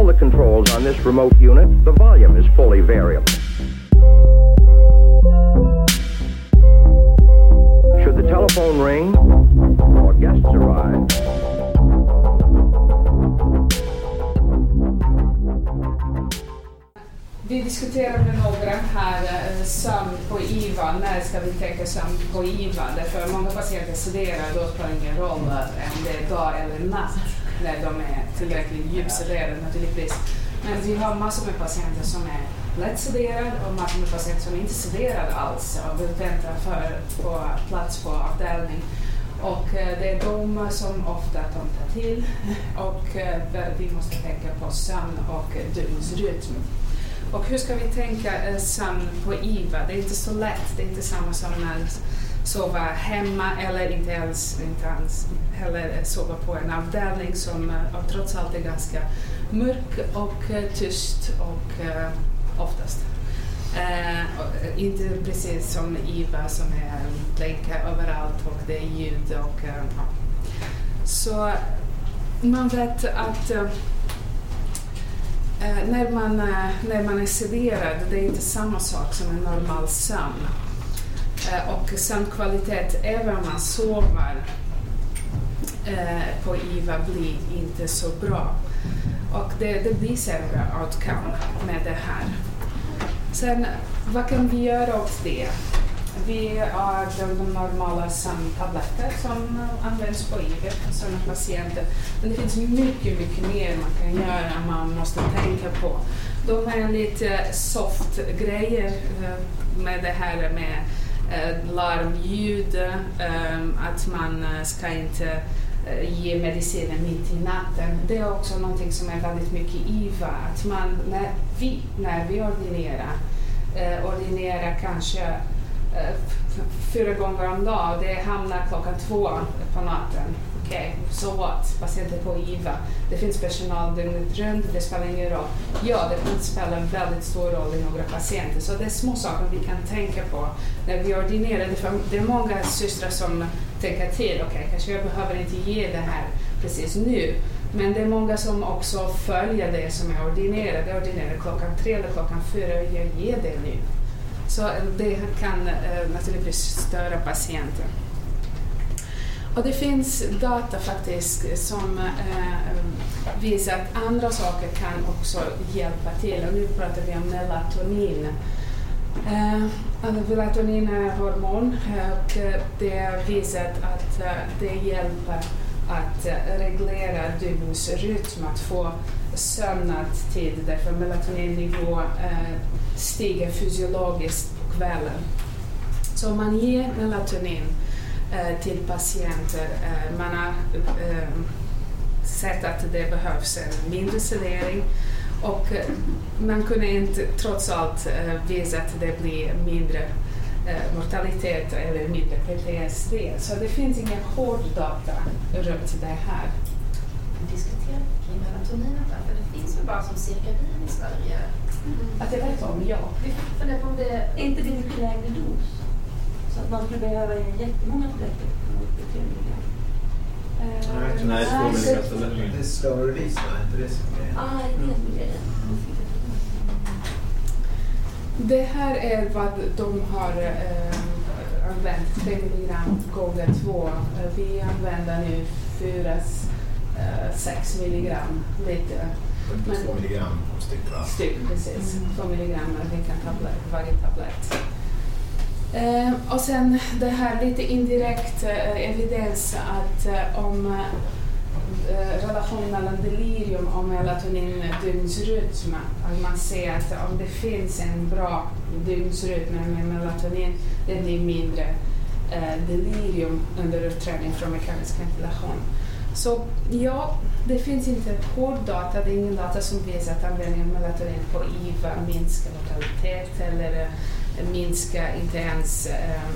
all the controls on this remote unit, the volume is fully variable. Should the telephone ring or guests arrive, vi diskuterade några här sömn på IVA. När ska vi tänka sömn på IVA? Därför många patienter studerar, då spelar det ingen roll om det är dag eller natt när de är tillräckligt djupstuderade naturligtvis. Men vi har massor med patienter som är lättstuderade och massor med patienter som inte studerar alls och vill vänta på plats på avdelning. Och det är de som ofta tar till och vi måste tänka på sömn och dygnsrytm. Och hur ska vi tänka sömn på IVA? Det är inte så lätt, det är inte samma som när sova hemma eller inte ens heller sova på en avdelning som trots allt är ganska mörk och tyst och oftast. Inte precis som IVA som är länkar överallt och det är ljud och så man vet att när man är sederad, det är inte samma sak som en normal sömn. Och sömnkvalitet, även om man sover på IVA, blir inte så bra. Och det blir sämre outcome med det här. Sen, vad kan vi göra åt det? Vi har de normala sömntabletter som används på IVA för sådana patienter. Men det finns mycket mer man kan göra, man måste tänka på. De är lite soft grejer med det här med larmljud, att man ska inte ge mediciner mitt i natten. Det är också någonting som är väldigt mycket IVA, att man när vi ordinerar kanske 4 gånger om dagen, det hamnar 2:00 på natten. Okej, so what? Patienter på IVA. Det finns personal dygnet runt, det spelar ingen roll. Ja, det kan spela en väldigt stor roll i några patienter. Så det är små saker vi kan tänka på när vi ordinerar. Det är många systrar som tänker till, okej, kanske jag behöver inte ge det här precis nu. Men det är många som också följer det som är ordinerat. Jag ordinerar 3 eller 4, jag ger det nu. Så det kan naturligtvis störa patienten. Och det finns data faktiskt som visar att andra saker kan också hjälpa till. Och nu pratar vi om melatonin. Melatonin är hormon och det visar att det hjälper att reglera dygnsrytm, att få sömnad-tid, därför melatoninnivå stiger fysiologiskt på kvällen. Så om man ger melatonin till patienter, man har sett att det behövs en mindre sedering och man kunde inte trots allt visa att det blir mindre mortalitet eller mindre PTSD. Så det finns ingen hård data runt det här. Vi diskuterar kring melatoninet där, för det finns ju bara som cirkadin i Sverige. Att jag vet om, ja. För det om det är inte det mycket lägre dos. Så att man skulle behöva jättemånga tabletter för att bli 3 milligram. Nej, 2 milligram. Det är slow release, inte det som är... det är det. Det här är vad de har använt, 3 milligram gånger 2. Vi använder nu 6 milligram lite. 2 milligram styck. Precis. 2 milligram varje tablett. Och sen det här lite indirekt evidens att om relation mellan delirium och melatonin dygnsrytm, att man ser att om det finns en bra dygnsrytm med melatonin, det blir mindre delirium under uppträning från mekanisk ventilation. Så ja, det finns inte hård data, det är ingen data som visar att användningen av melatonin på IVA minskar mortalitet eller minskar inte ens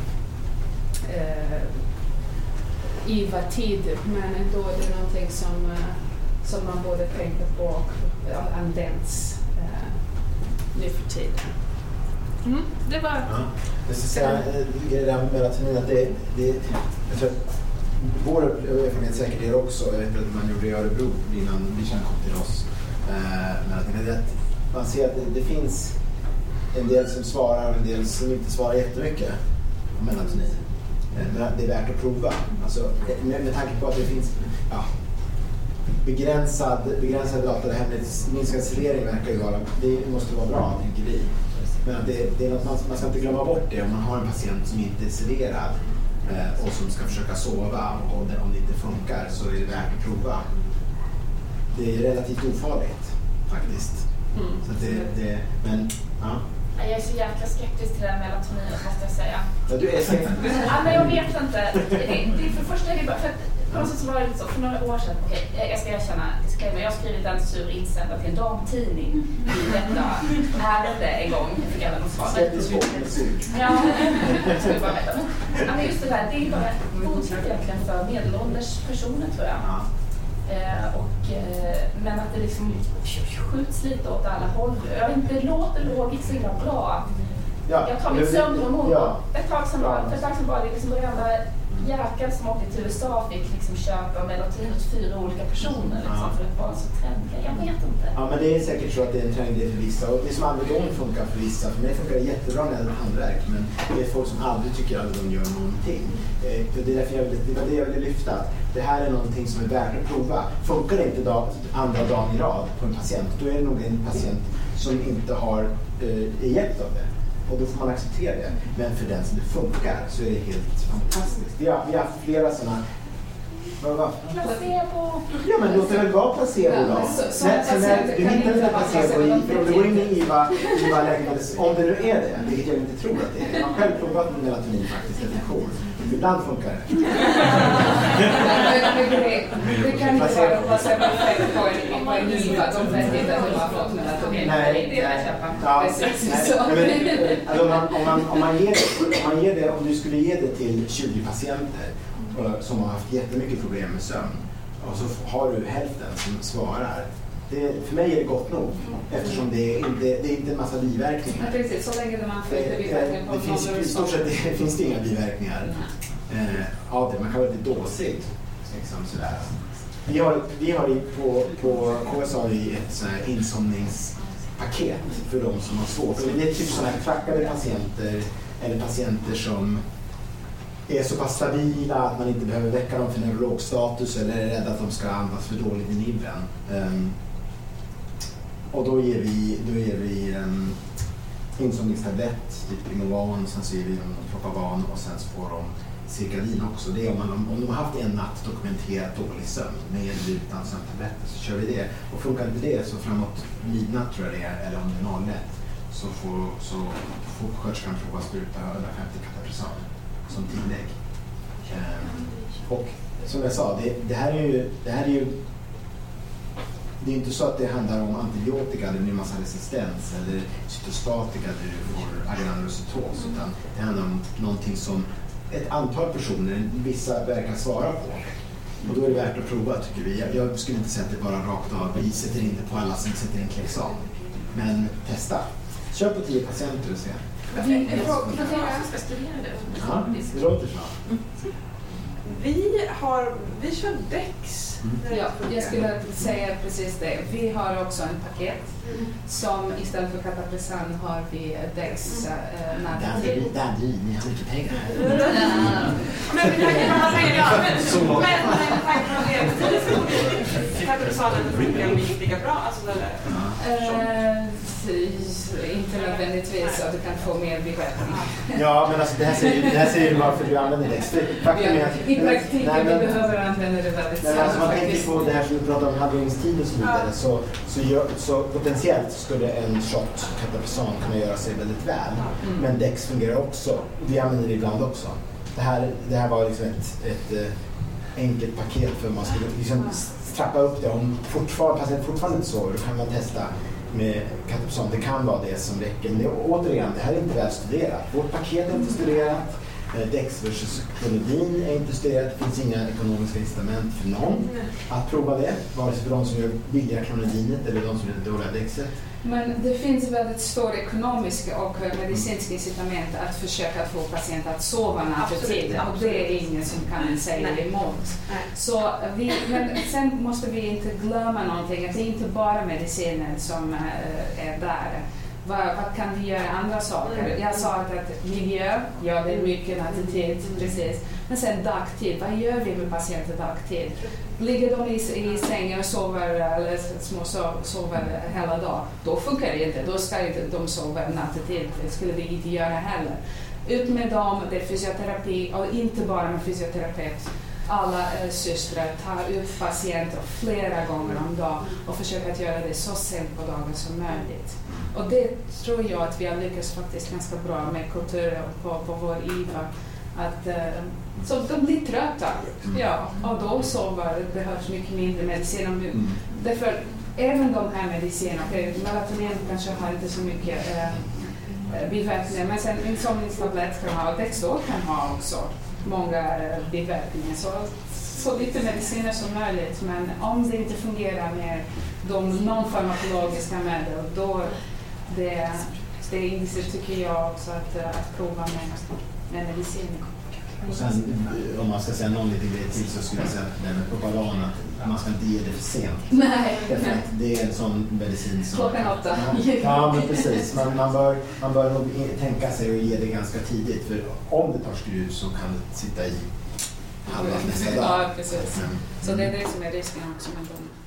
IVA-tid, men ändå är det någonting som man borde tänka på och används nu för tiden. Det var... Ja. Jag ska säga, det där med melatonin, att det jag tror vår erfarenhet säkert är också, jag vet att man gjorde i Örebro innan Vision kom till oss, men att man ser att det finns en del som svarar och en del som inte svarar jättemycket om melatoni. Men det är värt att prova. Alltså, med tanke på att det finns begränsad data, det här med minskad sedering verkar ju vara, det måste vara bra, tänker vi. Men att det är något man ska inte glömma bort det om man har en patient som inte är sederad och som ska försöka sova, och om det inte funkar så är det värt att prova. Det är relativt ofarligt faktiskt. Så att men ja. Jag är så jäkla skeptisk till det här melatonin, måste jag säga. Ja, du är skeptisk? Ja, men jag vet inte. Det är för första är det bara för att på något sätt så var det så för några år sedan. Okej, jag ska erkänna, jag har skrivit en sur insändare till en damtidning i detta ärende en gång. Jag fick även något svar. Ja, jag skulle bara veta. Ja, men just det där, det är bara godkänt egentligen för medelålders personer, tror jag. Men att det liksom skjuts lite åt alla håll. Jag vet inte, det låter logiskt så himla bra. Jag tar mitt sömnhormon. Ett tag sedan var det liksom varenda jäkel som åkte till USA fick liksom köpa melatonin åt 4 olika personer liksom, för att vara så trendiga. Jag vet inte. Ja, men det är säkert så att det är en trendig för vissa. Och det som Alvedon funkar för vissa. För mig funkar det jättebra när det är handverk. Men det är folk som aldrig tycker att Alvedon gör någonting. För det är därför jag ville lyfta. Det här är någonting som är värt att prova. Funkar det inte andra dagen i rad på en patient, då är det nog en patient som inte är hjälpt av det. Och då får man acceptera det. Men för den som det funkar så är det helt fantastiskt. Vi har haft flera sådana... Placebo! Ja, men låt det väl vara placebo då. Sen när du hittar inte placebo om du går in i IVA läkemedel, om det nu är det, vilket jag inte tror att det är. Jag har själv provat med melatonin faktiskt, detektion. Ibland funkar det. Det kan inte vara placebo-effekt på en IVA. De vet inte hur man har fått melatonin. Nej. Om man ger det, om du skulle ge det till 20 patienter som har haft jättemycket problem med sömn, och så har du hälften som svarar. För mig är det gott nog, eftersom det är inte en massa biverkningar. Ja, precis, så länge man skjuter biverkningar på det i stort sett finns det inga biverkningar av det. Man kan vara lite dåsig. Liksom, sådär. Vi har på KSA ett insomningspaket för de som har svårt. Och det är typ sådana här trackade patienter eller patienter som är så pass stabila att man inte behöver väcka dem för neurologstatus eller är rädd att de ska andas för dåligt i nibben. Och då ger vi insomningstablett, typ Imovan, sen så ger vi dem Propavan och sen så får de Cirkadin också. Det är om de har haft en natt dokumenterat dålig sömn med eller utan sömntabletter, så kör vi det. Och funkar inte det så framåt midnatt tror jag det är, eller om det är 01, så får sköterskan prova spruta 150 Catapresan som tillägg. Och som jag sa, det här är ju det är inte så att det handlar om antibiotika där det blir massa resistens eller cytostatika där du får agranulocytos, utan det handlar om någonting som ett antal personer, vissa verkar svara på. Och då är det värt att prova, tycker vi. Jag skulle inte säga att det bara rakt av. Vi sätter inte på alla som sätter in Klexan. Men testa. Kör på 10 patienter och se. Ja, det låter så. Vi kör Dex. Ja, jag skulle säga precis det. Vi har också en paket som istället för Catapresan har vi Dex. Dandy, ni har mycket pengar. Men vi kan inte ha pengar. Men Catapresanen funkar lika bra. Inte nödvändigtvis att du kan få mer biverkningar. Ja, men alltså det här säger du varför du använder Dex. I praktiken vi behöver använda det väldigt snabbt. Alltså man tänker på det här som vi pratar om halveringstid och så vidare, så potentiellt skulle en shot Catapresan kunna göra sig väldigt väl. Men Dex fungerar också. Vi använder det ibland också. Det här var liksom ett enkelt paket för man skulle liksom trappa upp det. Om patienten fortfarande inte sover, då kan man testa med Catapresan. Det kan vara det som räcker. Men återigen, det här är inte väl studerat. Vårt paket är inte studerat. Dex versus Clonidin är inte studerat. Det finns inga ekonomiska incitament för någon att prova det. Vare sig för de som gör billiga Clonidinet eller de som gör dåliga Dexet. Men det finns väldigt stora ekonomiska och medicinska incitament att försöka få patienter att sova nattetid. Och det är ingen som kan säga emot. Så men sen måste vi inte glömma någonting, att det är inte bara mediciner som är där. Vad kan vi göra andra saker? Jag sa att miljö, ja det är mycket nattetid, precis. Men sen dagtid, vad gör vi med patienter dagtid? Ligger de i sängen och sover eller sover hela dagen, då funkar det inte. Då ska inte de sova nattetid, det skulle vi inte göra heller. Ut med dem, det är fysioterapi och inte bara med fysioterapeut. Alla systrar tar upp patienter flera gånger om dagen och försöker att göra det så sent på dagen som möjligt. Och det tror jag att vi har lyckats faktiskt ganska bra med kulturen på vår IVA. Så de blir trötta, ja, och då sover, det behövs mycket mindre medicin. Därför även de här medicinerna, melatonin kanske har inte så mycket biverkningar, men sen insomningstablett kan ha, Dexdor kan ha också många biverkningar. Så lite mediciner som möjligt, men om det inte fungerar med de non-farmakologiska medel, då det är inte, tycker jag också, att prova med medicin. Och sen, om man ska säga någon liten grej till, så skulle jag säga att Propalan, att man ska inte ge det för sent. Nej. Det är en sån medicin som... Klockan 8. Ja, men precis. Man bör nog tänka sig att ge det ganska tidigt. För om det tar skruv så kan det sitta i halva nästa dag. Ja, precis. Så det är det som är risken också med dem.